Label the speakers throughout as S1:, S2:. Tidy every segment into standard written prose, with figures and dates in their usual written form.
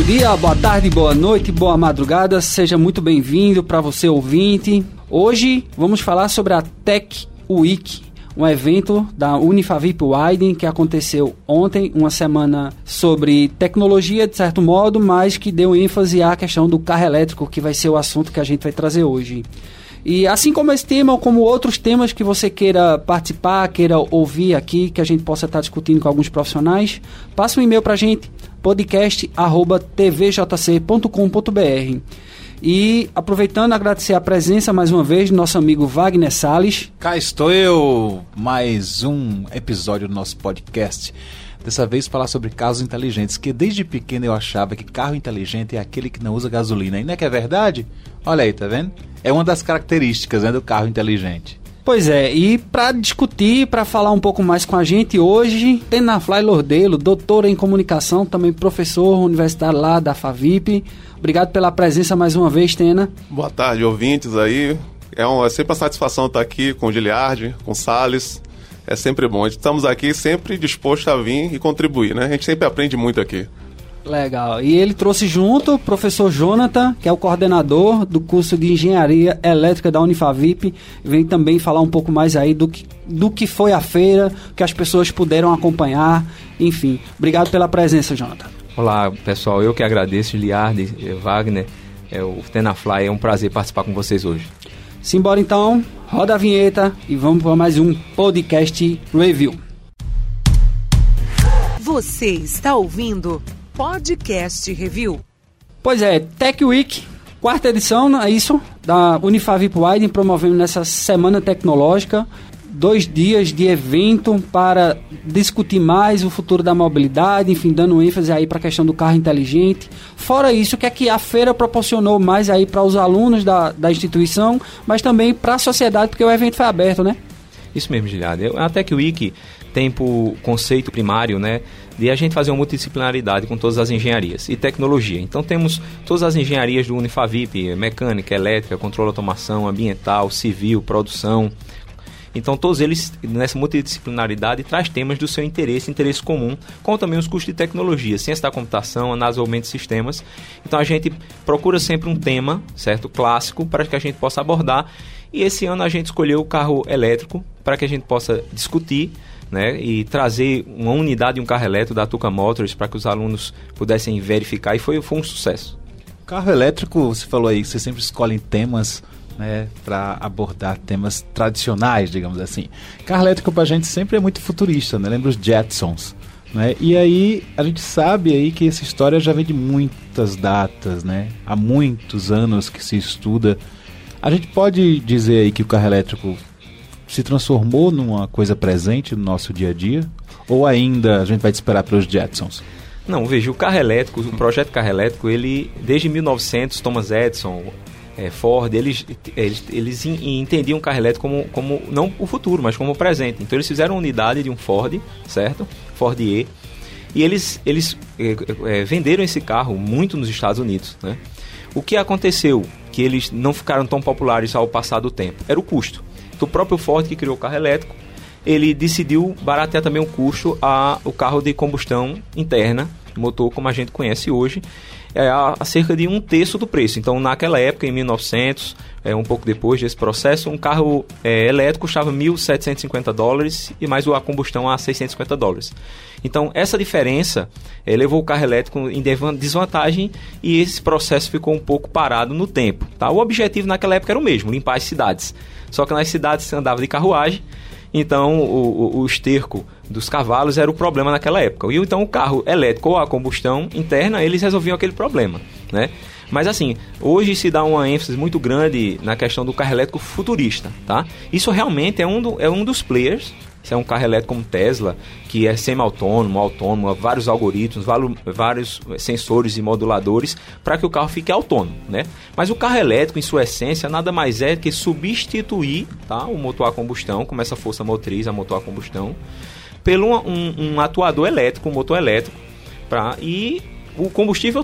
S1: dia, boa tarde, boa noite, boa madrugada, seja muito bem-vindo para você ouvinte. Hoje vamos falar sobre a Tech Week, um evento da Unifavip Weiden que aconteceu ontem, uma semana sobre tecnologia de certo modo, mas que deu ênfase à questão do carro elétrico, que vai ser o assunto que a gente vai trazer hoje. E assim como esse tema, ou como outros temas que você queira participar, queira ouvir aqui, que a gente possa estar discutindo com alguns profissionais, passa um e-mail para a gente, podcast@tvjc.com.br. E aproveitando, agradecer a presença mais uma vez do nosso amigo Wagner Salles.
S2: Cá estou eu, mais um episódio do nosso podcast. Dessa vez falar sobre carros inteligentes, que desde pequeno eu achava que carro inteligente é aquele que não usa gasolina. E não é que é verdade? Olha aí, tá vendo? É uma das características, né, do carro inteligente.
S1: Pois é, e para discutir, para falar um pouco mais com a gente hoje, Tenafly Lordelo, doutora em comunicação, também professor universitário lá da Favip. Obrigado pela presença mais uma vez, Tena.
S3: Boa tarde, ouvintes aí. É sempre uma satisfação estar aqui com o Giliardi, com o Salles. É sempre bom. Estamos aqui sempre dispostos a vir e contribuir, né? A gente sempre aprende muito aqui.
S1: Legal. E ele trouxe junto o professor Jonathan, que é o coordenador do curso de Engenharia Elétrica da Unifavip. Vem também falar um pouco mais aí do que foi a feira, que as pessoas puderam acompanhar. Enfim, obrigado pela presença, Jonathan.
S4: Olá, pessoal. Eu que agradeço, Liardi, Wagner, o Tenafly. É um prazer participar com vocês hoje.
S1: Simbora então, roda a vinheta e vamos para mais um podcast review.
S5: Você está ouvindo Podcast Review.
S1: Pois é, Tech Week, quarta edição, é isso, da Unifavip Weiden, promovendo nessa semana tecnológica, 2 dias de evento para discutir mais o futuro da mobilidade, enfim, dando ênfase aí para a questão do carro inteligente. Fora isso, o que é que a feira proporcionou mais aí para os alunos da instituição, mas também para a sociedade, porque o evento foi aberto, né?
S4: Isso mesmo, Giliardi. A Tech Week tem por conceito primário, né, de a gente fazer uma multidisciplinaridade com todas as engenharias e tecnologia. Então temos todas as engenharias do Unifavip, mecânica, elétrica, controle, automação, ambiental, civil, produção. Então todos eles, nessa multidisciplinaridade, traz temas do seu interesse comum, como também os cursos de tecnologia, ciência da computação, análise e desenvolvimento de sistemas. Então a gente procura sempre um tema, certo, clássico, para que a gente possa abordar. E esse ano a gente escolheu o carro elétrico para que a gente possa discutir, né, e trazer uma unidade de um carro elétrico da Tuca Motors para que os alunos pudessem verificar, e foi um sucesso.
S2: Carro elétrico, você falou aí que você sempre escolhe temas, né, para abordar temas tradicionais, digamos assim. Carro elétrico pra gente sempre é muito futurista, né? Lembra os Jetsons, né? E aí a gente sabe aí que essa história já vem de muitas datas, né? Há muitos anos que se estuda. A gente pode dizer aí que o carro elétrico se transformou numa coisa presente no nosso dia a dia? Ou ainda a gente vai esperar pelos Jetsons?
S4: Não, veja, o carro elétrico, o projeto carro elétrico, ele, desde 1900, Thomas Edison, Ford, eles entendiam o carro elétrico como não o futuro, mas como o presente. Então eles fizeram uma unidade de um Ford, certo? Ford E. E eles venderam esse carro muito nos Estados Unidos, né? O que aconteceu? Que eles não ficaram tão populares ao passar do tempo. Era o custo. Então, o próprio Ford, que criou o carro elétrico, ele decidiu baratear também o custo o carro de combustão interna, motor como a gente conhece hoje, a cerca de 1/3 do preço. Então, naquela época, em 1900, um pouco depois desse processo, um carro elétrico custava $1.750 e mais a combustão a $650. Então, essa diferença levou o carro elétrico em desvantagem e esse processo ficou um pouco parado no tempo. Tá? O objetivo naquela época era o mesmo, limpar as cidades. Só que nas cidades se andava de carruagem, então o esterco dos cavalos era o problema naquela época. E então o carro elétrico ou a combustão interna, eles resolviam aquele problema, né? Mas assim, hoje se dá uma ênfase muito grande na questão do carro elétrico futurista, tá? Isso realmente é um dos players. Se é um carro elétrico como Tesla, que é semi-autônomo, vários algoritmos, vários sensores e moduladores para que o carro fique autônomo, né? Mas o carro elétrico, em sua essência, nada mais é que substituir, tá, o motor a combustão, como essa força motriz, a motor a combustão, pelo um atuador elétrico, um motor elétrico, e o combustível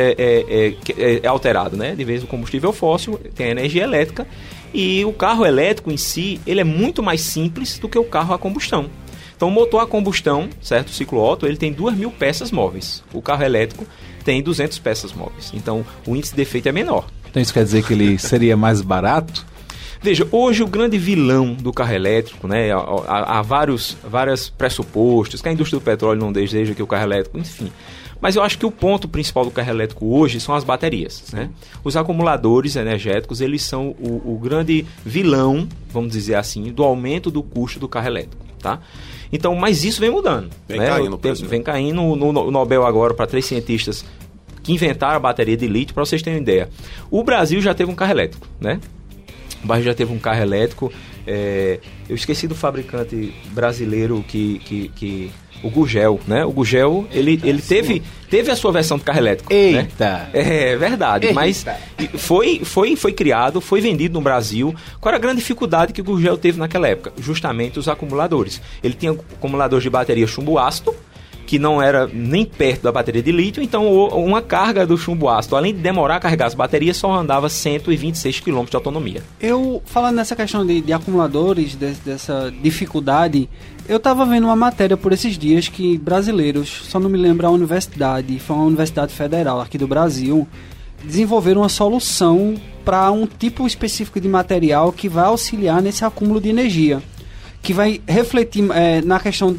S4: é alterado, né? De vez o combustível fóssil tem a energia elétrica. E o carro elétrico em si, ele é muito mais simples do que o carro a combustão. Então, o motor a combustão, certo? O ciclo Otto, ele tem 2.000 peças móveis. O carro elétrico tem 200 peças móveis. Então, o índice de defeito é menor.
S2: Então isso quer dizer que ele seria mais barato?
S4: Veja, hoje o grande vilão do carro elétrico, né, há vários pressupostos, que a indústria do petróleo não deseja que o carro elétrico, enfim. Mas eu acho que o ponto principal do carro elétrico hoje são as baterias, né? Os acumuladores energéticos, eles são o grande vilão, vamos dizer assim, do aumento do custo do carro elétrico, tá? Então, mas isso vem mudando. Vem caindo no Nobel agora para 3 cientistas que inventaram a bateria de lítio, para vocês terem uma ideia. O Brasil já teve um carro elétrico, né? O Brasil já teve um carro elétrico. Eu esqueci do fabricante brasileiro que o Gugel, né? O Gugel, ele teve a sua versão do carro elétrico.
S2: Eita!
S4: Né? É verdade, eita. Mas foi criado, foi vendido no Brasil. Qual era a grande dificuldade que o Gugel teve naquela época? Justamente os acumuladores. Ele tinha acumuladores de bateria chumbo ácido, que não era nem perto da bateria de lítio, então uma carga do chumbo ácido, além de demorar a carregar as baterias, só andava 126 km de autonomia.
S1: Eu, falando nessa questão de acumuladores, dessa dificuldade, eu estava vendo uma matéria por esses dias que brasileiros, só não me lembro a universidade, foi uma universidade federal aqui do Brasil, desenvolveram uma solução para um tipo específico de material que vai auxiliar nesse acúmulo de energia, que vai refletir na questão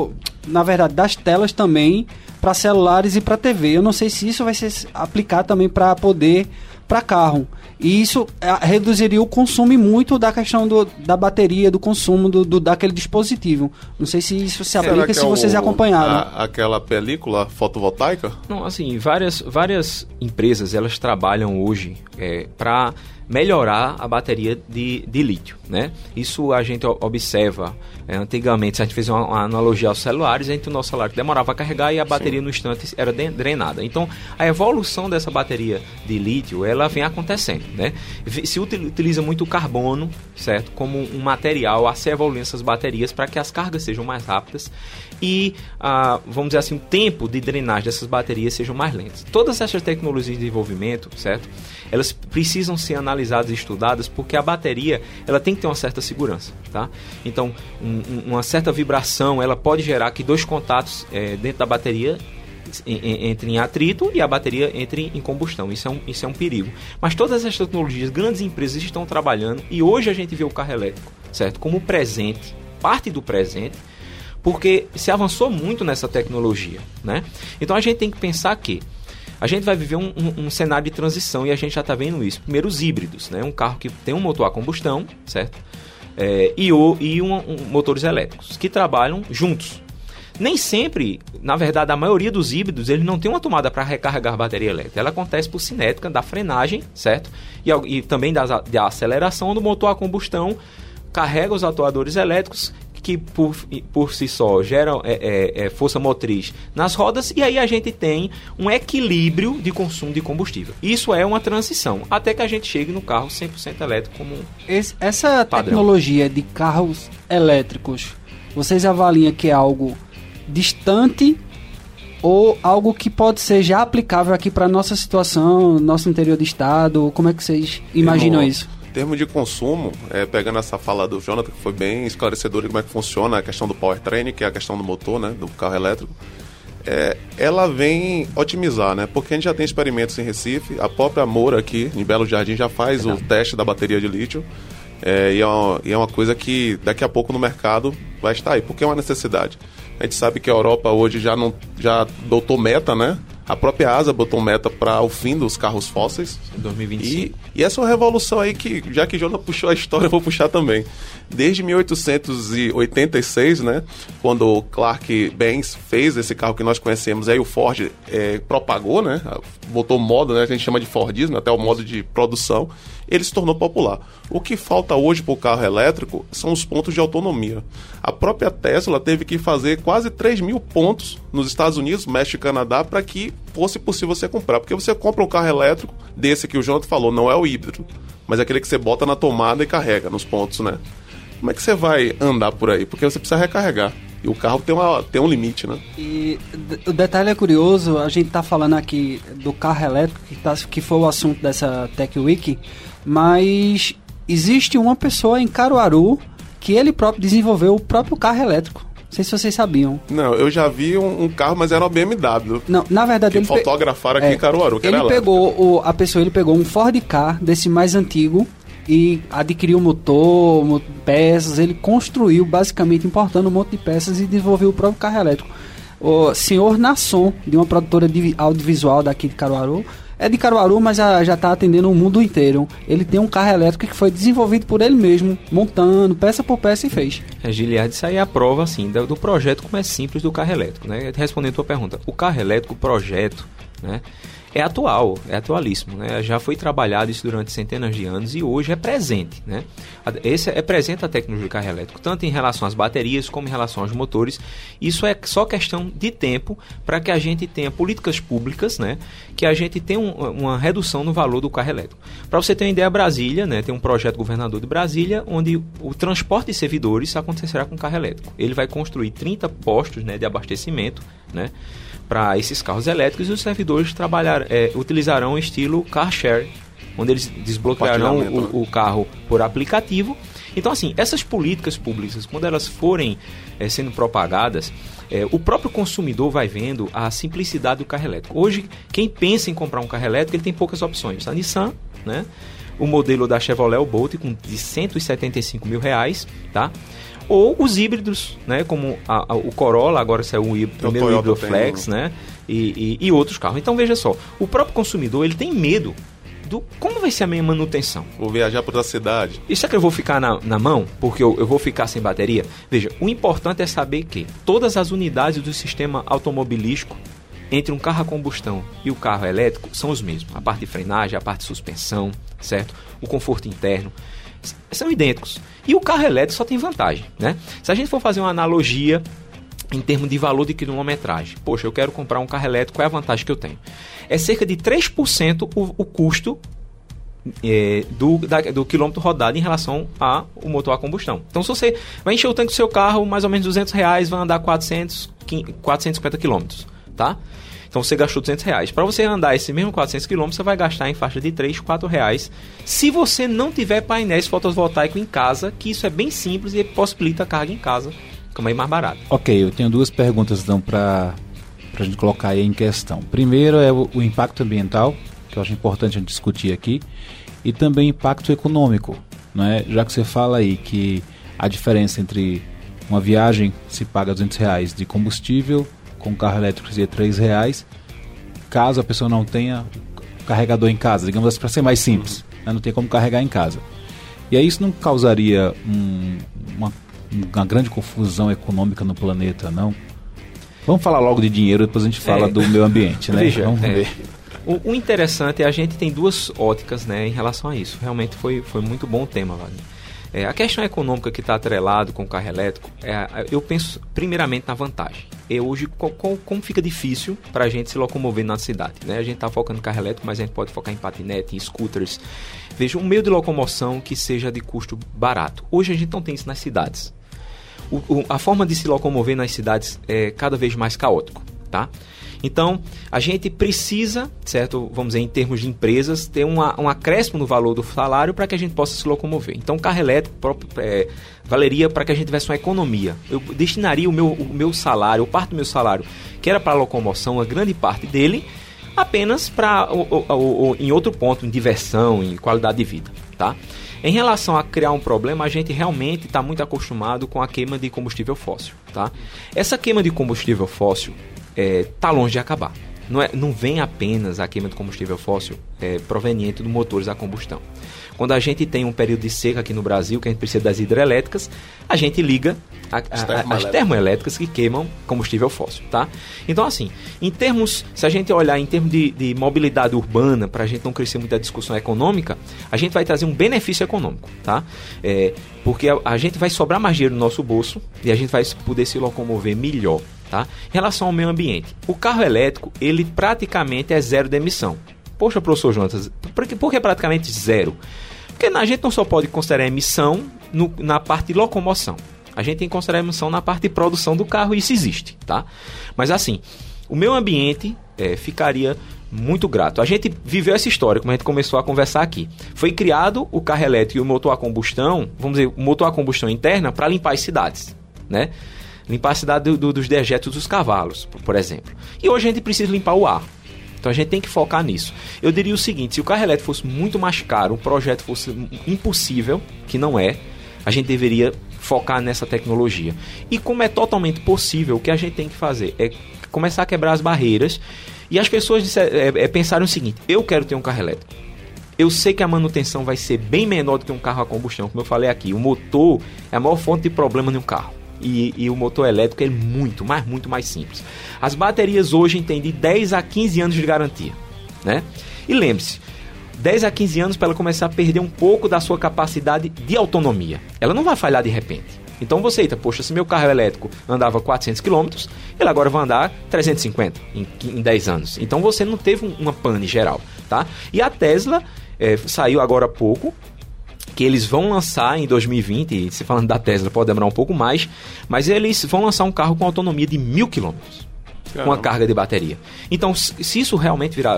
S1: das telas também, para celulares e para TV. Eu não sei se isso vai ser aplicado também para carro. E isso reduziria o consumo muito da questão da bateria, do consumo daquele dispositivo. Não sei se isso se aplica e se vocês acompanharam.
S3: Aquela película fotovoltaica?
S4: Não, assim, várias empresas, elas trabalham hoje para melhorar a bateria de lítio, né? Isso a gente observa. Antigamente, se a gente fez uma analogia aos celulares, o nosso celular demorava a carregar e a bateria no instante era drenada. Então, a evolução dessa bateria de lítio, ela vem acontecendo, né? Se utiliza muito o carbono, certo? Como um material a ser evoluindo essas baterias para que as cargas sejam mais rápidas e, vamos dizer assim, o tempo de drenagem dessas baterias sejam mais lentos. Todas essas tecnologias de desenvolvimento, certo? Elas precisam ser analisadas e estudadas porque a bateria, ela tem que ter uma certa segurança, tá? Então, uma certa vibração, ela pode gerar que 2 contatos dentro da bateria entrem em atrito e a bateria entre em combustão. Isso é um perigo. Mas todas essas tecnologias, grandes empresas estão trabalhando e hoje a gente vê o carro elétrico, certo? Como presente, parte do presente, porque se avançou muito nessa tecnologia, né? Então a gente tem que pensar que a gente vai viver um cenário de transição e a gente já está vendo isso. Primeiro, os híbridos, né? Um carro que tem um motor a combustão, certo? E motores elétricos que trabalham juntos. Nem sempre, na verdade, a maioria dos híbridos, eles não tem uma tomada para recarregar a bateria elétrica. Ela acontece por cinética da frenagem, certo? E também da aceleração do motor a combustão, carrega os atuadores elétricos que por si só geram força motriz nas rodas, e aí a gente tem um equilíbrio de consumo de combustível. Isso é uma transição, até que a gente chegue no carro 100% elétrico como
S1: essa padrão. Tecnologia de carros elétricos, vocês avaliam que é algo distante ou algo que pode ser já aplicável aqui para nossa situação, nosso interior do estado? Como é que vocês imaginam isso?
S3: Em termos de consumo, pegando essa fala do Jonathan, que foi bem esclarecedora de como é que funciona a questão do powertrain, que é a questão do motor, né, do carro elétrico, ela vem otimizar, né, porque a gente já tem experimentos em Recife, a própria Moura aqui, em Belo Jardim, já faz o teste da bateria de lítio, e é uma coisa que daqui a pouco no mercado vai estar aí, porque é uma necessidade. A gente sabe que a Europa hoje já botou meta, né? A própria ASA botou meta para o fim dos carros fósseis.
S4: 2025.
S3: E essa é uma revolução aí que, já que Jonathan puxou a história, eu vou puxar também. Desde 1886, né? Quando o Clark Benz fez esse carro que nós conhecemos, aí o Ford propagou, né? Botou modo, né? A gente chama de Fordismo, até o modo de produção. Ele se tornou popular. O que falta hoje para o carro elétrico são os pontos de autonomia. A própria Tesla teve que fazer quase 3.000 pontos nos Estados Unidos, México e Canadá para que fosse possível você comprar. Porque você compra um carro elétrico, desse que o Jonathan falou, não é o híbrido, mas é aquele que você bota na tomada e carrega nos pontos, né? Como é que você vai andar por aí? Porque você precisa recarregar. E o carro tem um limite, né?
S1: E o detalhe é curioso, a gente tá falando aqui do carro elétrico, que foi o assunto dessa Tech Week, mas existe uma pessoa em Caruaru que ele próprio desenvolveu o próprio carro elétrico. sei se vocês sabiam.
S3: Não, eu já vi um carro, mas era uma BMW.
S1: Não, na verdade
S3: que fotografaram aqui em Caruaru, que
S1: ele
S3: era
S1: pegou ele pegou um Ford Ka desse mais antigo e adquiriu motor, peças, ele construiu basicamente importando um monte de peças e desenvolveu o próprio carro elétrico. O senhor Nasson, de uma produtora de audiovisual daqui de Caruaru, é de Caruaru, mas já está atendendo o mundo inteiro. Ele tem um carro elétrico que foi desenvolvido por ele mesmo, montando peça por peça e fez.
S4: Giliardi, isso aí é a prova assim, do projeto como é simples do carro elétrico, né? Respondendo a tua pergunta, o carro elétrico, o projeto, né, é atualíssimo, né? Já foi trabalhado isso durante centenas de anos e hoje é presente, né? Esse é presente a tecnologia do carro elétrico, tanto em relação às baterias como em relação aos motores. Isso é só questão de tempo para que a gente tenha políticas públicas, né? Que a gente tenha uma redução no valor do carro elétrico. Para você ter uma ideia, Brasília, né? Tem um projeto governador de Brasília onde o transporte de servidores acontecerá com carro elétrico. Ele vai construir 30 postos, né, de abastecimento, né, para esses carros elétricos, e os servidores utilizarão o estilo car share, onde eles desbloquearão o carro por aplicativo. Então, assim, essas políticas públicas, quando elas forem sendo propagadas, o próprio consumidor vai vendo a simplicidade do carro elétrico. Hoje, quem pensa em comprar um carro elétrico, ele tem poucas opções. A Nissan, né? O modelo da Chevrolet, o Bolt, de R$175 mil, tá? Ou os híbridos, né, como o Corolla, agora saiu o primeiro híbrido Flex, né, e outros carros. Então, veja só, o próprio consumidor, ele tem medo do como vai ser a minha manutenção.
S3: Vou viajar para outra cidade.
S4: E será que eu vou ficar na mão, porque eu vou ficar sem bateria? Veja, o importante é saber que todas as unidades do sistema automobilístico, entre um carro a combustão e o carro elétrico, são os mesmos. A parte de frenagem, a parte de suspensão, certo? O conforto interno, são idênticos. E o carro elétrico só tem vantagem, né? Se a gente for fazer uma analogia em termos de valor de quilometragem, poxa, eu quero comprar um carro elétrico, qual é a vantagem que eu tenho? É cerca de 3% o custo do quilômetro rodado em relação ao motor a combustão. Então, se você vai encher o tanque do seu carro, mais ou menos R$200, vai andar 450 quilômetros, tá? Então você gastou R$200. Para você andar esse mesmo 400 km, você vai gastar em faixa de R$3, R$4. Se você não tiver painéis fotovoltaicos em casa, que isso é bem simples e possibilita a carga em casa, fica mais barato.
S2: Ok, eu tenho duas perguntas então para a gente colocar aí em questão. Primeiro é o impacto ambiental, que eu acho importante a gente discutir aqui, e também impacto econômico, né? Já que você fala aí que a diferença entre uma viagem se paga R$200 de combustível, com carro elétrico seria R$3, caso a pessoa não tenha carregador em casa, digamos assim, para ser mais simples, né? Não tem como carregar em casa. E aí isso não causaria uma grande confusão econômica no planeta, não? Vamos falar logo de dinheiro, depois a gente fala do meio ambiente, né?
S4: Veja,
S2: vamos ver.
S4: O interessante é a gente tem duas óticas, né, em relação a isso. Realmente foi muito bom o tema, Wagner. A questão econômica que está atrelado com o carro elétrico, eu penso primeiramente na vantagem. Hoje, como fica difícil para a gente se locomover na cidade, né? A gente está focando em carro elétrico, mas a gente pode focar em patinete, em scooters. Veja, um meio de locomoção que seja de custo barato. Hoje a gente não tem isso nas cidades. A forma de se locomover nas cidades é cada vez mais caótico, tá? Então, a gente precisa, certo, vamos dizer, em termos de empresas, ter um acréscimo no valor do salário para que a gente possa se locomover. Então, o carro elétrico valeria para que a gente tivesse uma economia. Eu destinaria o meu salário, ou parte do meu salário, que era para a locomoção, a grande parte dele, apenas para, em outro ponto, em diversão, em qualidade de vida, tá? Em relação a criar um problema, a gente realmente está muito acostumado com a queima de combustível fóssil, tá? Essa queima de combustível fóssil está longe de acabar. Não vem apenas a queima de combustível fóssil proveniente de motores a combustão. Quando a gente tem um período de seca aqui no Brasil, que a gente precisa das hidrelétricas, a gente liga as termoelétricas que queimam combustível fóssil, tá? Então, assim, se a gente olhar em termos de mobilidade urbana, para a gente não crescer muita discussão econômica, a gente vai trazer um benefício econômico, tá? Porque a gente vai sobrar mais dinheiro no nosso bolso e a gente vai poder se locomover melhor, tá? Em relação ao meio ambiente, o carro elétrico, ele praticamente é zero de emissão. Poxa, professor Jonas, por que praticamente zero? Porque a gente não só pode considerar emissão na parte de locomoção. A gente tem que considerar emissão na parte de produção do carro, e isso existe, tá? Mas assim, o meio ambiente ficaria muito grato. A gente viveu essa história, como a gente começou a conversar aqui. Foi criado o carro elétrico e o motor a combustão, vamos dizer, o motor a combustão interna, para limpar as cidades, né? limpar a cidade dos dejetos dos cavalos, por exemplo. E hoje a gente precisa limpar o ar. Então a gente tem que focar nisso. Eu diria o seguinte, se o carro elétrico fosse muito mais caro, o projeto fosse impossível, que não é, a gente deveria focar nessa tecnologia. E como é totalmente possível, o que a gente tem que fazer é começar a quebrar as barreiras e as pessoas pensarem o seguinte, eu quero ter um carro elétrico. Eu sei que a manutenção vai ser bem menor do que um carro a combustão, como eu falei aqui. O motor é a maior fonte de problema de um carro. E o motor elétrico é muito mais simples. As baterias hoje têm de 10 a 15 anos de garantia, né? E lembre-se, 10 a 15 anos para ela começar a perder um pouco da sua capacidade de autonomia. Ela não vai falhar de repente. Então você eita, poxa, se meu carro elétrico andava 400 km, ele agora vai andar 350 em 10 anos. Então você não teve uma pane geral, tá? E a Tesla saiu agora há pouco, que eles vão lançar em 2020, se falando da Tesla pode demorar um pouco mais, mas eles vão lançar um carro com autonomia de 1.000 km, com a carga de bateria. Então, se isso realmente virar,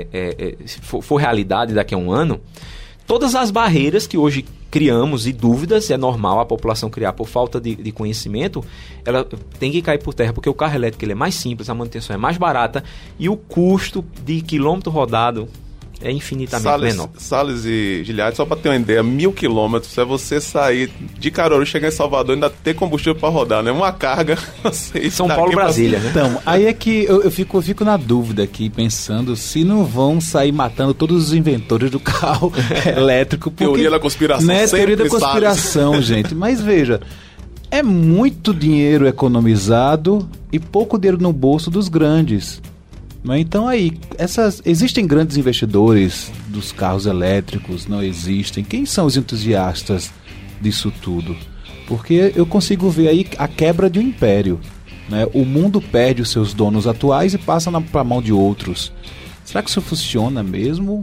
S4: for realidade daqui a um ano, todas as barreiras que hoje criamos e dúvidas, é normal a população criar por falta de conhecimento, ela tem que cair por terra, porque o carro elétrico ele é mais simples, a manutenção é mais barata e o custo de quilômetro rodado é infinitamente menor.
S3: Salles e Giliad, só para ter uma ideia, 1.000 quilômetros é você sair de Caruaru, chegar em Salvador e ainda ter combustível para rodar, né? Uma carga.
S4: São Paulo, Brasília, né?
S2: Então, aí é que eu fico na dúvida aqui, pensando se não vão sair matando todos os inventores do carro elétrico. Porque,
S3: teoria da conspiração.
S2: Né? Teoria da conspiração, gente. Mas veja, é muito dinheiro economizado e pouco dinheiro no bolso dos grandes. Então aí, existem grandes investidores dos carros elétricos, não existem? Quem são os entusiastas disso tudo? Porque eu consigo ver aí a quebra de um império, né? O mundo perde os seus donos atuais e passa para a mão de outros. Será que isso funciona mesmo?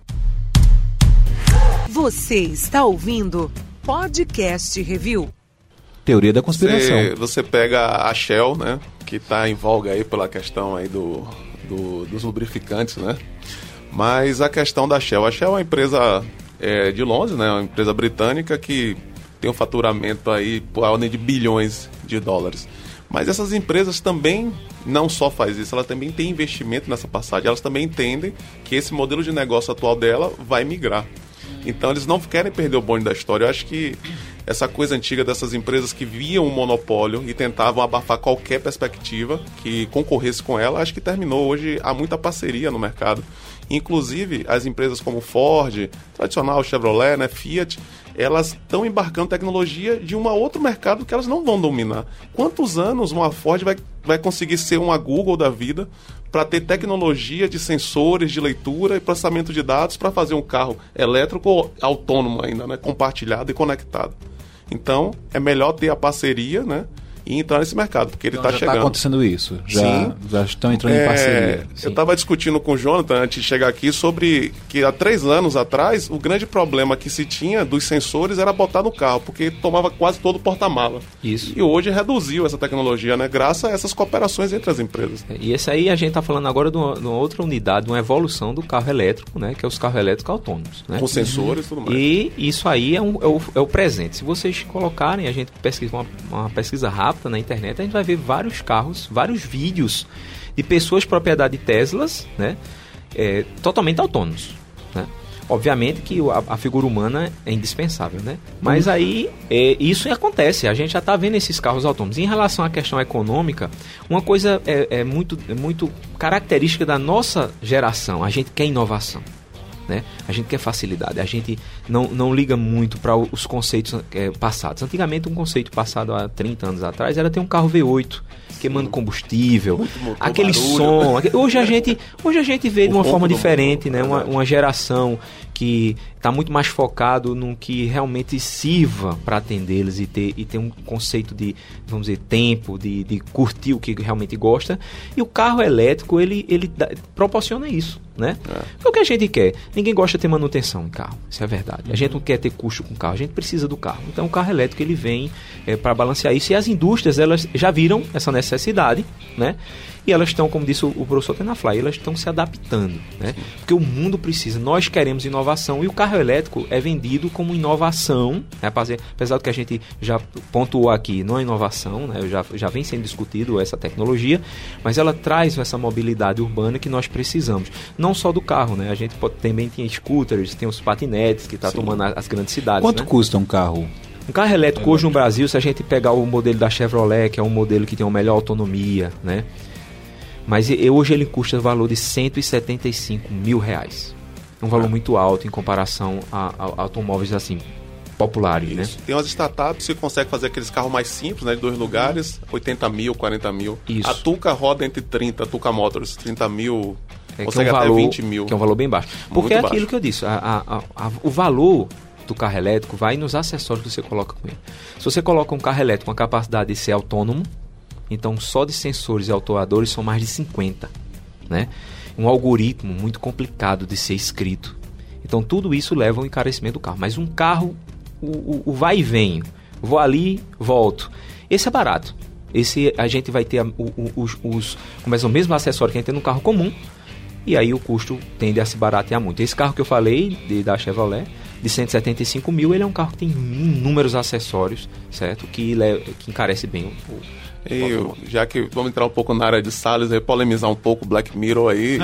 S5: Você está ouvindo Podcast Review.
S2: Teoria da conspiração.
S3: Você pega a Shell, né? Que está em voga aí pela questão aí dos lubrificantes, né? Mas a questão da Shell. A Shell é uma empresa de Londres, né? Uma empresa britânica que tem um faturamento aí por ordem de bilhões de dólares. Mas essas empresas também não só faz isso, ela também tem investimento nessa passagem. Elas também entendem que esse modelo de negócio atual dela vai migrar. Então eles não querem perder o bonde da história. Eu acho que essa coisa antiga dessas empresas que viam um monopólio e tentavam abafar qualquer perspectiva que concorresse com ela, acho que terminou. Hoje há muita parceria no mercado. Inclusive, as empresas como Ford, tradicional Chevrolet, né, Fiat, elas estão embarcando tecnologia de um outro mercado que elas não vão dominar. Quantos anos uma Ford vai conseguir ser uma Google da vida para ter tecnologia de sensores, de leitura e processamento de dados para fazer um carro elétrico autônomo ainda, né, compartilhado e conectado? Então, é melhor ter a parceria, né, e entrar nesse mercado, porque ele está chegando. Já está
S2: acontecendo isso? Já estão entrando em parceria?
S3: Eu estava discutindo com o Jonathan antes de chegar aqui sobre que há 3 anos atrás, o grande problema que se tinha dos sensores era botar no carro, porque tomava quase todo o porta-mala.
S4: Isso.
S3: E hoje reduziu essa tecnologia, né, graças a essas cooperações entre as empresas.
S4: E esse aí a gente está falando agora de uma outra unidade, de uma evolução do carro elétrico, né, que é os carros elétricos autônomos. Né?
S3: Com sensores e tudo mais.
S4: E isso aí é o presente. Se vocês colocarem, a gente pesquisa uma pesquisa rápida na internet, a gente vai ver vários carros, vários vídeos de pessoas de propriedade de Teslas, né, totalmente autônomos, né? Obviamente que a figura humana é indispensável, né? Mas aí isso acontece, a gente já está vendo esses carros autônomos. Em relação à questão econômica, uma coisa muito característica da nossa geração, a gente quer inovação. Né? A gente quer facilidade, a gente não liga muito para os conceitos passados. Antigamente, um conceito passado há 30 anos atrás era ter um carro V8 queimando combustível, aquele barulho, som. Né? Hoje a gente vê de uma forma diferente, né? Uma geração que está muito mais focado no que realmente sirva para atendê-los e ter um conceito de, vamos dizer, tempo, de curtir o que realmente gosta. E o carro elétrico, ele proporciona isso, né? É o que a gente quer. Ninguém gosta de ter manutenção em carro, isso é verdade. A gente não quer ter custo com o carro, a gente precisa do carro. Então o carro elétrico ele vem para balancear isso, e as indústrias elas já viram essa necessidade, né? E elas estão, como disse o professor Tenafly, elas estão se adaptando, né? Porque o mundo precisa, nós queremos inovação. inovação. E o carro elétrico é vendido como inovação, né? Apesar do que a gente já pontuou aqui, não é inovação, né? Já vem sendo discutido essa tecnologia, mas ela traz essa mobilidade urbana que nós precisamos. Não só do carro, né? A gente também tem scooters, tem os patinetes que está tomando as grandes cidades.
S2: Quanto custa um carro?
S4: Um carro elétrico hoje no Brasil, se a gente pegar o modelo da Chevrolet, que é um modelo que tem uma melhor autonomia, né? Mas hoje ele custa o valor de R$175 mil. Um valor muito alto em comparação a automóveis assim, populares, né?
S3: Tem umas startups que conseguem fazer aqueles carros mais simples, né? De 2 lugares, 80 mil, 40 mil.
S4: Isso.
S3: A Tuca roda entre 30, a Tuca Motors, 30 mil,
S4: consegue
S3: até
S4: valor,
S3: 20 mil.
S4: Que é um valor bem baixo. Porque
S3: Muito
S4: é aquilo
S3: baixo.
S4: que eu disse, o valor do carro elétrico vai nos acessórios que você coloca com ele. Se você coloca um carro elétrico com a capacidade de ser autônomo, então só de sensores e autuadores são mais de 50, né? Um algoritmo muito complicado de ser escrito. Então tudo isso leva ao encarecimento do carro. Mas um carro, o vai e vem, vou ali, volto, esse é barato. Esse a gente vai ter começa o mesmo acessório que a gente tem no carro comum, e aí o custo tende a se baratear muito. Esse carro que eu falei, da Chevrolet, de 175 mil, ele é um carro que tem inúmeros acessórios, certo? Que encarece bem
S3: Já que vamos entrar um pouco na área de Salles, polemizar um pouco o Black Mirror aí.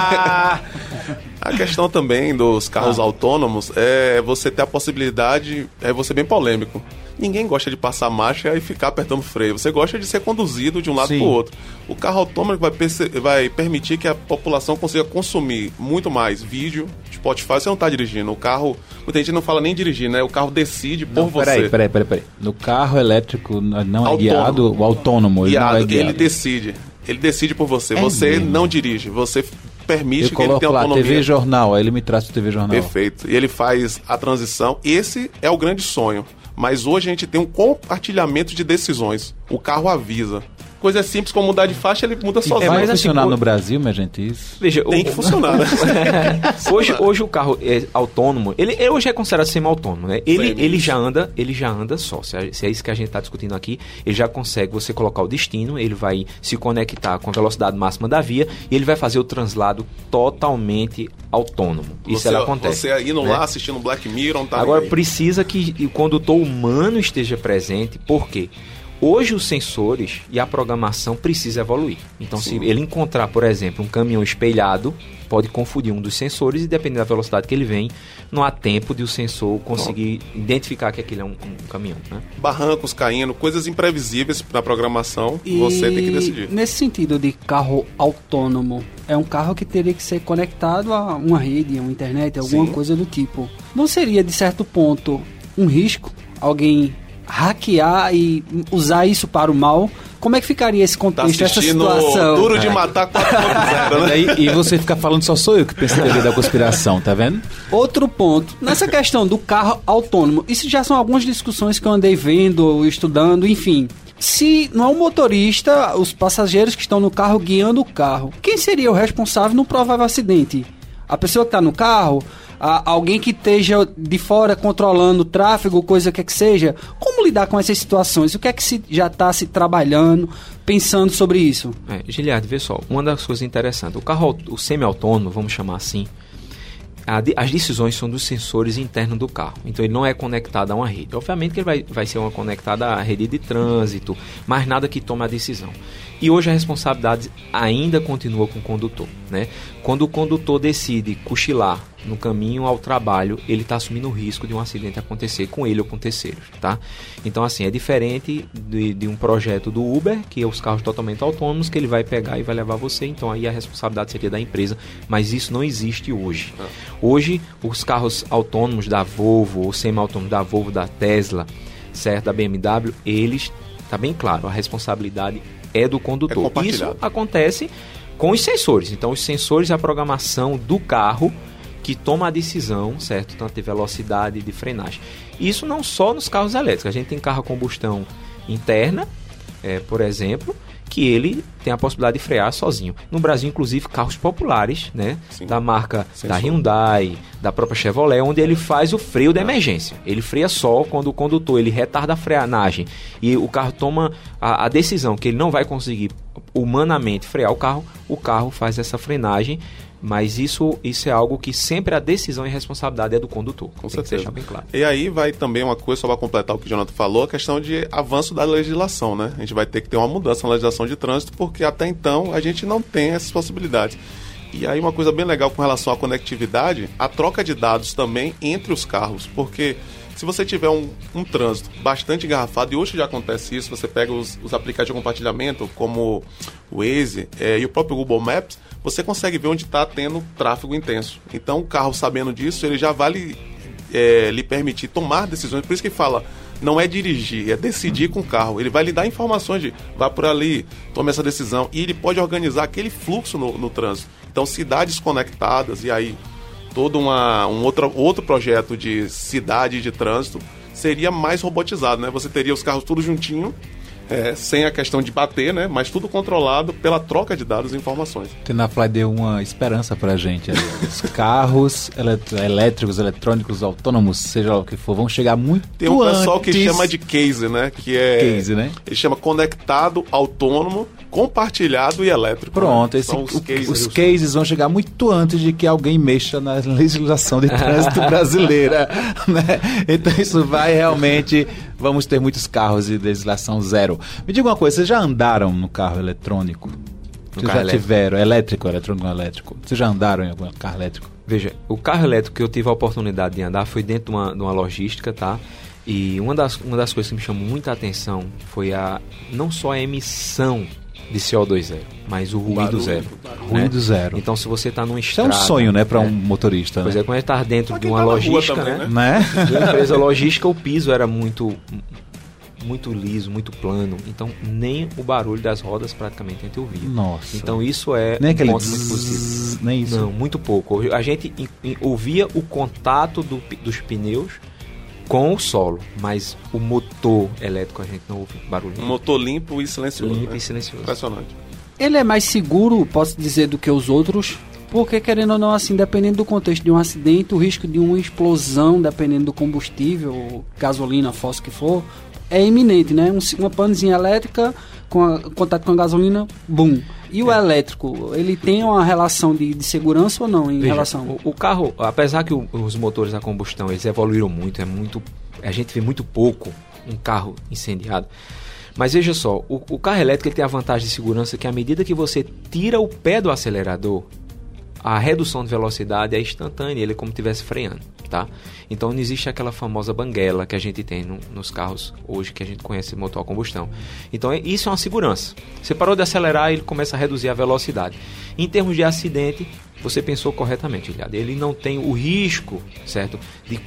S3: A questão também dos carros autônomos é você ter a possibilidade, vou ser bem polêmico. Ninguém gosta de passar marcha e ficar apertando freio. Você gosta de ser conduzido de um lado para o outro. O carro autônomo vai permitir que a população consiga consumir muito mais vídeo, Spotify. Você não está dirigindo. O carro, muita gente não fala nem dirigir, né? O carro decide por você.
S2: Peraí. No carro elétrico não é
S3: Autônomo.
S2: guiado, o autônomo, ele não é guiado.
S3: Ele decide. Ele decide por você. Você
S2: mesmo?
S3: não dirige. Você permite
S2: Eu
S3: que ele tenha
S2: coloco lá,
S3: autonomia.
S2: TV Jornal, aí ele me traz o TV Jornal.
S3: Perfeito. E ele faz a transição. Esse é o grande sonho. Mas hoje a gente tem um compartilhamento de decisões. O carro avisa. Coisa simples como mudar de faixa, ele muda sozinho.
S2: Vai
S4: mas
S2: funcionar
S4: assim,
S2: no Brasil, minha gente, isso?
S4: Veja,
S3: Tem que funcionar, né?
S4: Hoje o carro é autônomo, ele hoje é considerado semi-autônomo, né? Ele já anda só. Se é isso que a gente está discutindo aqui, ele já consegue você colocar o destino, ele vai se conectar com a velocidade máxima da via e ele vai fazer o translado totalmente autônomo. Isso acontece.
S3: Você indo
S4: né?
S3: lá assistindo Black Mirror, não tá
S4: Agora
S3: ninguém.
S4: precisa que o condutor humano esteja presente, por quê? Hoje os sensores e a programação precisam evoluir. Então,
S3: Sim.
S4: se ele encontrar, por exemplo, um caminhão espelhado, pode confundir um dos sensores e, dependendo da velocidade que ele vem, não há tempo de o sensor conseguir identificar que aquele é um caminhão, né?
S3: Barrancos caindo, coisas imprevisíveis na programação, você tem que decidir.
S1: Nesse sentido de carro autônomo, é um carro que teria que ser conectado a uma rede, a uma internet, alguma
S3: Sim.
S1: coisa do tipo. Não seria, de certo ponto, um risco alguém hackear e usar isso para o mal? Como é que ficaria esse
S3: Tá
S1: contexto, essa
S3: assistindo
S1: situação?
S3: Duro de Matar 4.0, né?
S2: E você fica falando só sou eu que penso na teoria da conspiração, tá vendo?
S1: Outro ponto, nessa questão do carro autônomo, isso já são algumas discussões que eu andei vendo, estudando, enfim. Se não é o motorista, os passageiros que estão no carro guiando o carro, quem seria o responsável num provável acidente? A pessoa que está no carro? Alguém que esteja de fora controlando o tráfego, coisa que seja? Como lidar com essas situações? O que é que já está se trabalhando, pensando sobre isso?
S4: Giliardo, vê só, uma das coisas interessantes, o semi-autônomo, vamos chamar assim, as decisões são dos sensores internos do carro, então ele não é conectado a uma rede. Obviamente que ele vai ser conectado à rede de trânsito, mas nada que tome a decisão. E hoje a responsabilidade ainda continua com o condutor, né? Quando o condutor decide cochilar no caminho ao trabalho, ele está assumindo o risco de um acidente acontecer com ele ou com terceiros, tá? Então, assim, é diferente de um projeto do Uber, que é os carros totalmente autônomos, que ele vai pegar e vai levar você, então aí a responsabilidade seria da empresa, mas isso não existe hoje. Hoje, os carros autônomos da Volvo, ou semi-autônomos da Volvo, da Tesla, certo, da BMW, eles, tá bem claro, a responsabilidade é do condutor. Isso acontece com os sensores. Então, os sensores e a programação do carro que toma a decisão, certo? Tanto de velocidade e de frenagem. Isso não só nos carros elétricos. A gente tem carro a combustão interna, por exemplo, que ele tem a possibilidade de frear sozinho. No Brasil, inclusive, carros populares, né? Sim. Da marca da Hyundai, da própria Chevrolet, onde ele faz o freio de emergência. Ele freia só quando o condutor ele retarda a frenagem e o carro toma a decisão que ele não vai conseguir humanamente frear o carro faz essa frenagem Mas isso é algo que sempre a decisão e responsabilidade é do condutor.
S3: Com
S4: Tem
S3: certeza.
S4: que deixar bem claro.
S3: E aí vai também uma coisa, só para completar o que o Jonathan falou, a questão de avanço da legislação, né? A gente vai ter que ter uma mudança na legislação de trânsito, porque até então a gente não tem essas possibilidades. E aí uma coisa bem legal com relação à conectividade, a troca de dados também entre os carros, porque se você tiver um trânsito bastante engarrafado, e hoje já acontece isso, você pega os aplicativos de compartilhamento, como o Waze e o próprio Google Maps, você consegue ver onde está tendo tráfego intenso. Então o carro, sabendo disso, ele já vai lhe permitir tomar decisões. Por isso que fala, não é dirigir, é decidir com o carro. Ele vai lhe dar informações de, vá por ali, tome essa decisão. E ele pode organizar aquele fluxo no trânsito. Então, cidades conectadas, e aí todo outro projeto de cidade e de trânsito seria mais robotizado, né? Você teria os carros tudo juntinho, sem a questão de bater, né? Mas tudo controlado pela troca de dados e informações.
S2: O Tenafly deu uma esperança pra gente. Os carros elétricos, eletrônicos, autônomos, seja lá o que for, vão chegar muito antes.
S3: Tem um pessoal que chama de case, né? Que é...
S2: Case, né?
S3: Ele chama conectado, autônomo, compartilhado e elétrico.
S2: Pronto,
S3: né?
S2: os cases vão chegar muito antes de que alguém mexa na legislação de trânsito brasileira, né? Então isso vai realmente... Vamos ter muitos carros de legislação zero. Me diga uma coisa, vocês já andaram no carro eletrônico? Vocês já tiveram? Eletrônico? Vocês já andaram em algum carro elétrico?
S4: Veja, o carro elétrico que eu tive a oportunidade de andar foi dentro de uma logística, tá? E uma das coisas que me chamou muita atenção foi não só a emissão de CO2 zero, mas o ruído zero.
S2: Ruído zero.
S4: Então, se você está numa
S2: Isso é
S4: estrada...
S2: um sonho, né, para um motorista.
S4: Pois
S2: né?
S4: quando ele está dentro de uma
S3: tá
S4: logística,
S3: também,
S4: né? De uma empresa
S2: Né?
S4: logística, o piso era muito liso, muito plano. Então, nem o barulho das rodas praticamente a gente ouvia.
S2: Nossa.
S4: Então, isso é
S2: nem aquele
S4: ponto muito positivo.
S2: Nem isso.
S4: Não, muito pouco. A gente ouvia o contato dos pneus com o solo, mas o motor elétrico a gente não ouve barulho.
S3: Um motor limpo e silencioso.
S4: Limpo
S3: né?
S4: e silencioso.
S3: Impressionante.
S1: Ele é mais seguro, posso dizer, do que os outros, porque, querendo ou não, assim, dependendo do contexto de um acidente, o risco de uma explosão, dependendo do combustível, gasolina, fósforo que for, é iminente, né? Uma panezinha elétrica, contato com a gasolina, bum. E o elétrico, ele tem uma relação de segurança ou não em relação?
S4: O carro, apesar que os motores a combustão, eles evoluíram muito, a gente vê muito pouco um carro incendiado. Mas veja só, o carro elétrico ele tem a vantagem de segurança que à medida que você tira o pé do acelerador, a redução de velocidade é instantânea, ele é como se estivesse freando, tá? Então não existe aquela famosa banguela que a gente tem nos carros hoje, que a gente conhece motor a combustão. Então isso é uma segurança. Você parou de acelerar, ele começa a reduzir a velocidade. Em termos de acidente, você pensou corretamente, ligado? Ele não tem o risco, certo,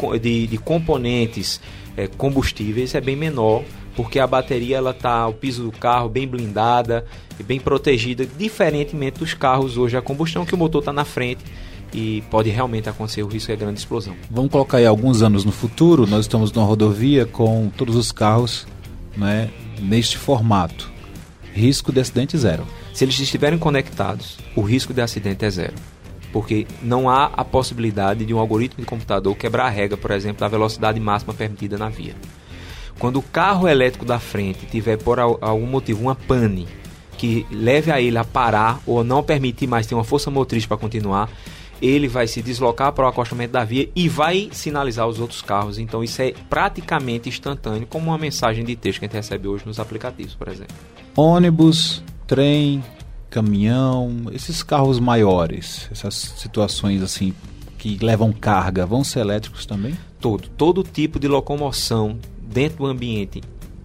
S4: de componentes combustíveis, é bem menor, porque a bateria ela tá o piso do carro bem blindada e bem protegida, diferentemente dos carros hoje a combustão, que o motor está na frente e pode realmente acontecer o risco de grande explosão.
S2: Vamos colocar aí alguns anos no futuro, nós estamos numa rodovia com todos os carros, né, neste formato. Risco de acidente zero.
S4: Se eles estiverem conectados, o risco de acidente é zero. Porque não há a possibilidade de um algoritmo de computador quebrar a regra, por exemplo, da velocidade máxima permitida na via. Quando o carro elétrico da frente tiver por algum motivo uma pane que leve a ele a parar ou não permitir mais ter uma força motriz para continuar, ele vai se deslocar para o acostamento da via e vai sinalizar os outros carros. Então isso é praticamente instantâneo, como uma mensagem de texto que a gente recebe hoje nos aplicativos, por exemplo.
S2: Ônibus, trem, caminhão, esses carros maiores, essas situações assim que levam carga, vão ser elétricos também?
S4: Todo tipo de locomoção dentro do ambiente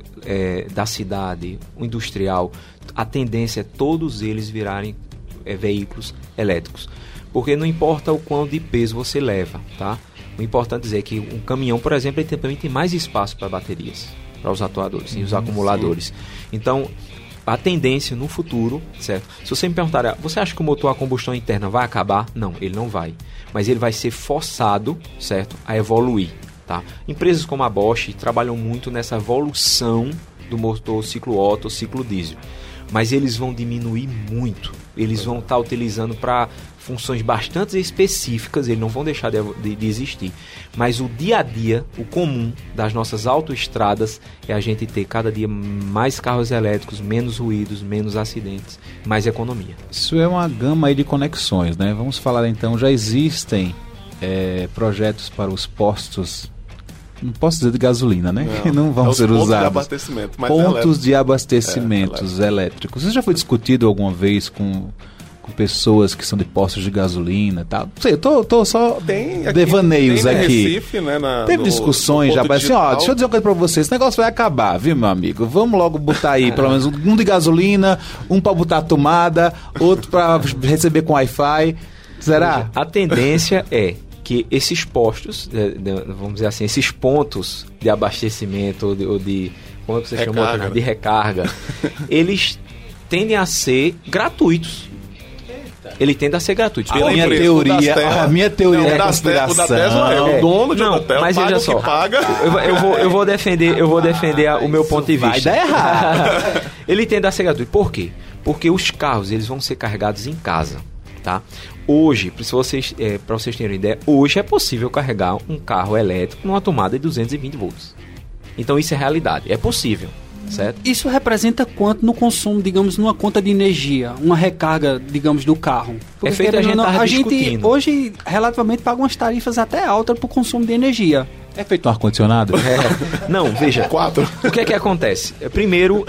S4: da cidade, o industrial, a tendência é todos eles virarem veículos elétricos. Porque não importa o quão de peso você leva, tá? O importante é dizer que um caminhão, por exemplo, ele também tem mais espaço para baterias, para os atuadores e os acumuladores. Então, a tendência no futuro, certo? Se você me perguntar, você acha que o motor a combustão interna vai acabar? Não, ele não vai. Mas ele vai ser forçado, certo, a evoluir. Tá? Empresas como a Bosch trabalham muito nessa evolução do motor ciclo Otto, ciclo diesel. mas eles vão diminuir muito. Eles vão estar utilizando para funções bastante específicas, eles não vão deixar de existir. Mas o dia a dia, o comum das nossas autoestradas é a gente ter cada dia mais carros elétricos, menos ruídos, menos acidentes, mais economia.
S2: Isso é uma gama aí de conexões, né? Vamos falar então, já existem projetos para os postos, não posso dizer de gasolina, né? Não vão ser usados.
S3: Pontos de abastecimento, mas
S2: pontos de abastecimentos elétricos. Isso já foi discutido alguma vez com pessoas que são de postos de gasolina e tal? Não sei, eu tô só devaneios
S3: tem
S2: aqui.
S3: Recife, né,
S2: teve discussões já, mas assim, deixa eu dizer uma coisa pra vocês, esse negócio vai acabar, viu, meu amigo? Vamos logo botar aí, pelo menos um de gasolina, um pra botar tomada, outro pra receber com Wi-Fi. Será?
S4: A tendência é que esses postos, vamos dizer assim, esses pontos de abastecimento ou de como é que você chamou? De recarga, eles tendem a ser gratuitos. Ele tende a ser gratuito.
S2: A minha teoria é conspiração.
S3: O da Tesla o dono de uma Tesla,
S4: mas
S3: paga
S4: veja
S3: o
S4: só,
S3: que paga.
S4: Eu vou defender o meu ponto de vista.
S2: Vai dar errado.
S4: Ele tende a ser gratuito. Por quê? Porque os carros eles vão ser carregados em casa, tá? Hoje, para vocês terem uma ideia, hoje é possível carregar um carro elétrico numa tomada de 220 volts. Então isso é realidade, é possível. Certo?
S1: Isso representa quanto no consumo, digamos, numa conta de energia, uma recarga, digamos, do carro?
S4: Porque feito a gente
S1: hoje relativamente paga umas tarifas até altas para o consumo de energia.
S2: É feito um ar-condicionado?
S4: Não, veja.
S3: 4.
S4: O que é que acontece? Primeiro,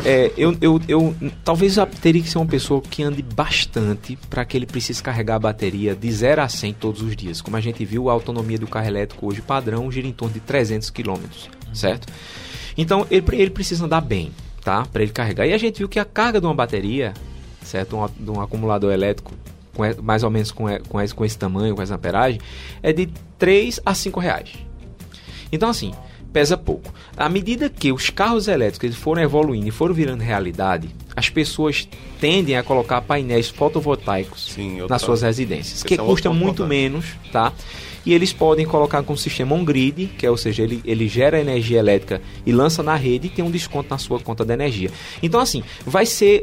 S4: eu talvez teria que ser uma pessoa que ande bastante para que ele precise carregar a bateria de 0 a 100 todos os dias. Como a gente viu, a autonomia do carro elétrico hoje padrão gira em torno de 300 km, certo? Então, ele precisa andar bem, tá? Para ele carregar. E a gente viu que a carga de uma bateria, certo? De um acumulador elétrico, mais ou menos com esse tamanho, com essa amperagem, é de 3 a 5 reais. Então, assim, pesa pouco. À medida que os carros elétricos eles foram evoluindo e foram virando realidade, as pessoas tendem a colocar painéis fotovoltaicos nas suas residências, que custam muito menos, tá? E eles podem colocar com o sistema on-grid, que é, ou seja, ele gera energia elétrica e lança na rede e tem um desconto na sua conta de energia. Então, assim, vai ser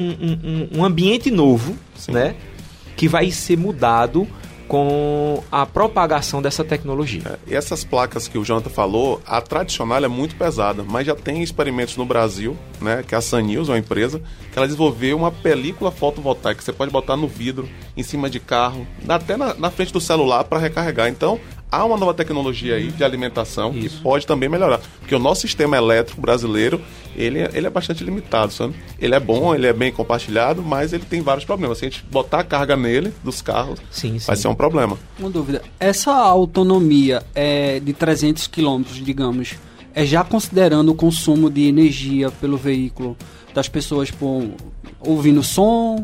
S4: um ambiente novo, né? Que vai ser mudado com a propagação dessa tecnologia.
S3: E essas placas que o Jonathan falou, a tradicional é muito pesada, mas já tem experimentos no Brasil, né, que é a Sunnews, uma empresa, que ela desenvolveu uma película fotovoltaica que você pode botar no vidro, em cima de carro, até na frente do celular para recarregar. Então, há uma nova tecnologia aí de alimentação que pode também melhorar. Porque o nosso sistema elétrico brasileiro, ele é bastante limitado, sabe? Ele é bom, ele é bem compartilhado, mas ele tem vários problemas. Se a gente botar a carga nele, dos carros, vai ser um problema.
S1: Uma dúvida. Essa autonomia de 300 km, digamos, é já considerando o consumo de energia pelo veículo das pessoas ouvindo som,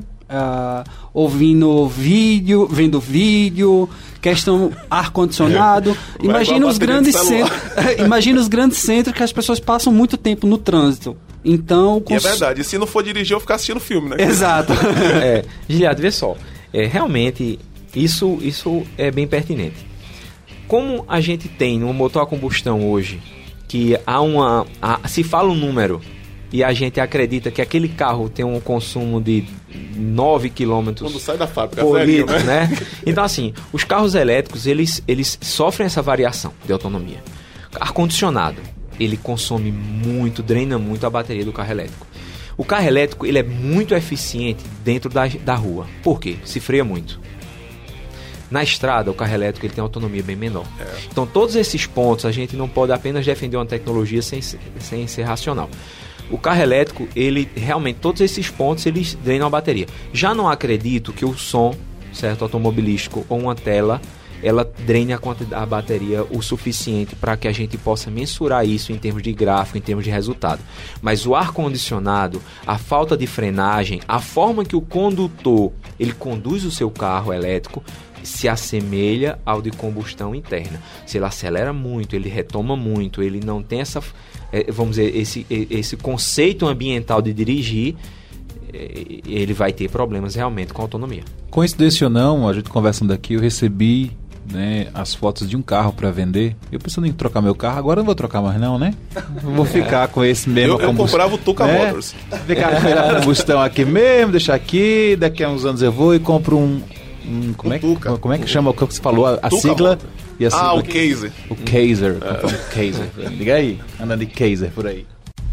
S1: ouvindo vídeo, vendo vídeo, questão ar-condicionado. Imagina os grandes centros que as pessoas passam muito tempo no trânsito. Então,
S3: é verdade, e se não for dirigir, eu ficar assistindo filme, né?
S1: Exato.
S4: Giliado, vê só. Realmente, isso é bem pertinente. Como a gente tem no motor a combustão hoje, que se fala um número e a gente acredita que aquele carro tem um consumo de 9 km
S3: quando sai da fábrica,
S4: por litro, né? Então, assim, os carros elétricos, eles sofrem essa variação de autonomia. Ar-condicionado, ele consome muito, drena muito a bateria do carro elétrico. O carro elétrico, ele é muito eficiente dentro da rua. Por quê? Se freia muito. Na estrada, o carro elétrico ele tem autonomia bem menor. Então, todos esses pontos, a gente não pode apenas defender uma tecnologia sem ser racional. O carro elétrico, ele realmente, todos esses pontos, eles drenam a bateria. Já não acredito que o som, certo, automobilístico ou uma tela, ela drene a bateria o suficiente para que a gente possa mensurar isso em termos de gráfico, em termos de resultado. Mas o ar-condicionado, a falta de frenagem, a forma que o condutor ele conduz o seu carro elétrico, se assemelha ao de combustão interna. Se ele acelera muito, ele retoma muito, ele não tem essa, vamos dizer, esse conceito ambiental de dirigir, ele vai ter problemas realmente com a autonomia.
S2: Coincidência ou não, a gente conversando aqui, eu recebi né, as fotos de um carro para vender. Eu pensando em trocar meu carro, agora eu não vou trocar mais não, né? Vou ficar com esse mesmo
S3: Eu comprava o Tuca Motors.
S2: Ficar com a combustão aqui mesmo, deixar aqui, daqui a uns anos eu vou e compro como é que chama o que você falou? A sigla?
S3: Motors.
S2: E a sigla
S3: O Kaiser.
S2: O Kaiser. Kaiser. Liga aí, anda de Kaiser por aí.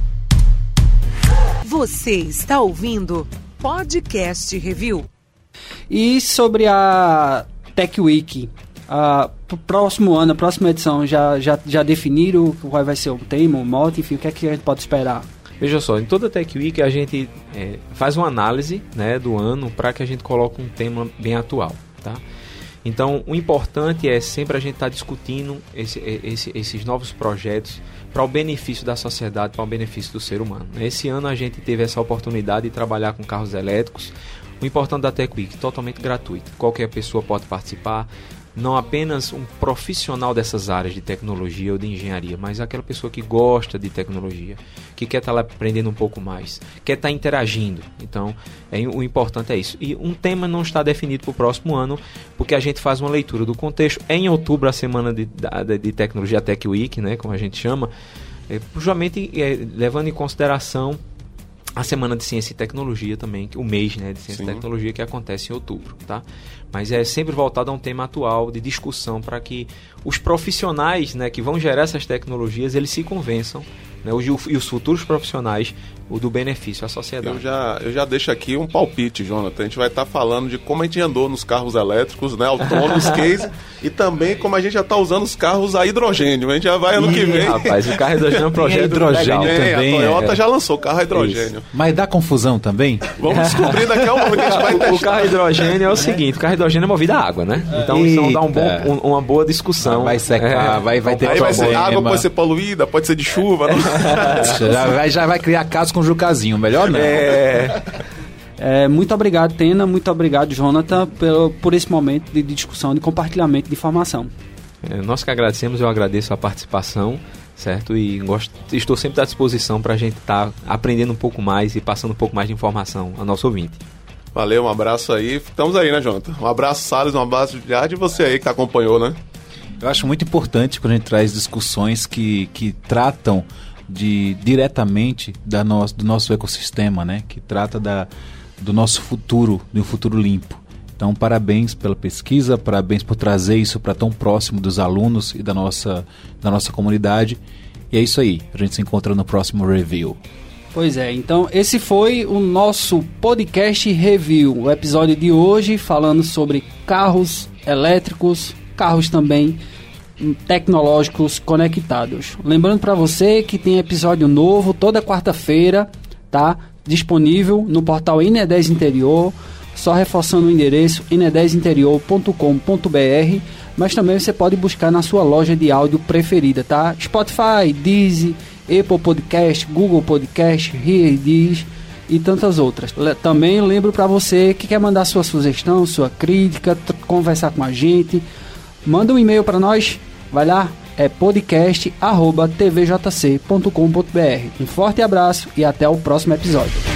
S5: Você está ouvindo Podcast Review.
S1: E sobre a Tech Week, pro próximo ano, a próxima edição, já definiram qual vai ser o tema, o mote, enfim, o que é que a gente pode esperar?
S4: Veja só, em toda a Tech Week a gente faz uma análise, né, do ano para que a gente coloque um tema bem atual, tá? Então, o importante é sempre a gente estar discutindo esses novos projetos para o benefício da sociedade, para o benefício do ser humano. Esse ano a gente teve essa oportunidade de trabalhar com carros elétricos. O importante da Tech Week, totalmente gratuito. Qualquer pessoa pode participar. Não apenas um profissional dessas áreas de tecnologia ou de engenharia, mas aquela pessoa que gosta de tecnologia, que quer estar lá aprendendo um pouco mais, quer estar interagindo. Então, o importante é isso. E um tema não está definido para o próximo ano, porque a gente faz uma leitura do contexto. Em outubro, a semana de tecnologia, a Tech Week, né, como a gente chama, justamente levando em consideração a Semana de Ciência e Tecnologia também, o mês, né, de Ciência e Tecnologia, que acontece em outubro, tá? Mas é sempre voltado a um tema atual de discussão para que os profissionais, né, que vão gerar essas tecnologias, eles se convençam, né, e os futuros profissionais, do benefício à sociedade.
S3: Eu já deixo aqui um palpite, Jonathan. A gente vai estar falando de como a gente andou nos carros elétricos, né, autônomos, case, e também como a gente já está usando os carros a hidrogênio. A gente já vai ano que vem.
S4: Rapaz, o carro a hidrogênio é um projeto
S2: hidrogênio
S4: legal.
S2: também.
S3: A Toyota já lançou carro a hidrogênio.
S2: Isso. Mas dá confusão também?
S3: Vamos descobrir daqui a um momento que a gente vai testar.
S4: O carro a hidrogênio é o seguinte, o carro a hidrogênio é movido a água, né? Então isso não dá uma boa discussão.
S2: Vai secar, vai ter
S3: aí vai ser,
S2: problema.
S3: a água pode ser poluída, pode ser de chuva.
S2: Já vai criar caso com o Jucazinho, melhor não.
S1: Muito obrigado, Tena, muito obrigado, Jonathan, por esse momento de discussão, de compartilhamento de informação.
S4: Nós que agradecemos, eu agradeço a participação, certo? E estou sempre à disposição para a gente estar aprendendo um pouco mais e passando um pouco mais de informação ao nosso ouvinte.
S3: Valeu, um abraço aí. Estamos aí, né, Jonathan? Um abraço, Salles, um abraço de você aí que acompanhou, né?
S2: Eu acho muito importante quando a gente traz discussões que tratam diretamente do nosso ecossistema, né? Que trata do nosso futuro, de um futuro limpo. Então, parabéns pela pesquisa, parabéns por trazer isso para tão próximo dos alunos e da nossa comunidade. E é isso aí, a gente se encontra no próximo review.
S1: Pois é, então esse foi o nosso podcast review, o episódio de hoje falando sobre carros elétricos, carros também tecnológicos conectados. Lembrando para você que tem episódio novo toda quarta-feira, tá? Disponível no portal Ine10 Interior, só reforçando o endereço ine10interior.com.br, mas também você pode buscar na sua loja de áudio preferida, tá? Spotify, Deezer, Apple Podcast, Google Podcast, HearDiz e tantas outras. Também lembro para você que quer mandar sua sugestão, sua crítica, conversar com a gente, manda um e-mail para nós, vai lá, é podcast@tvjc.com.br. Um forte abraço e até o próximo episódio.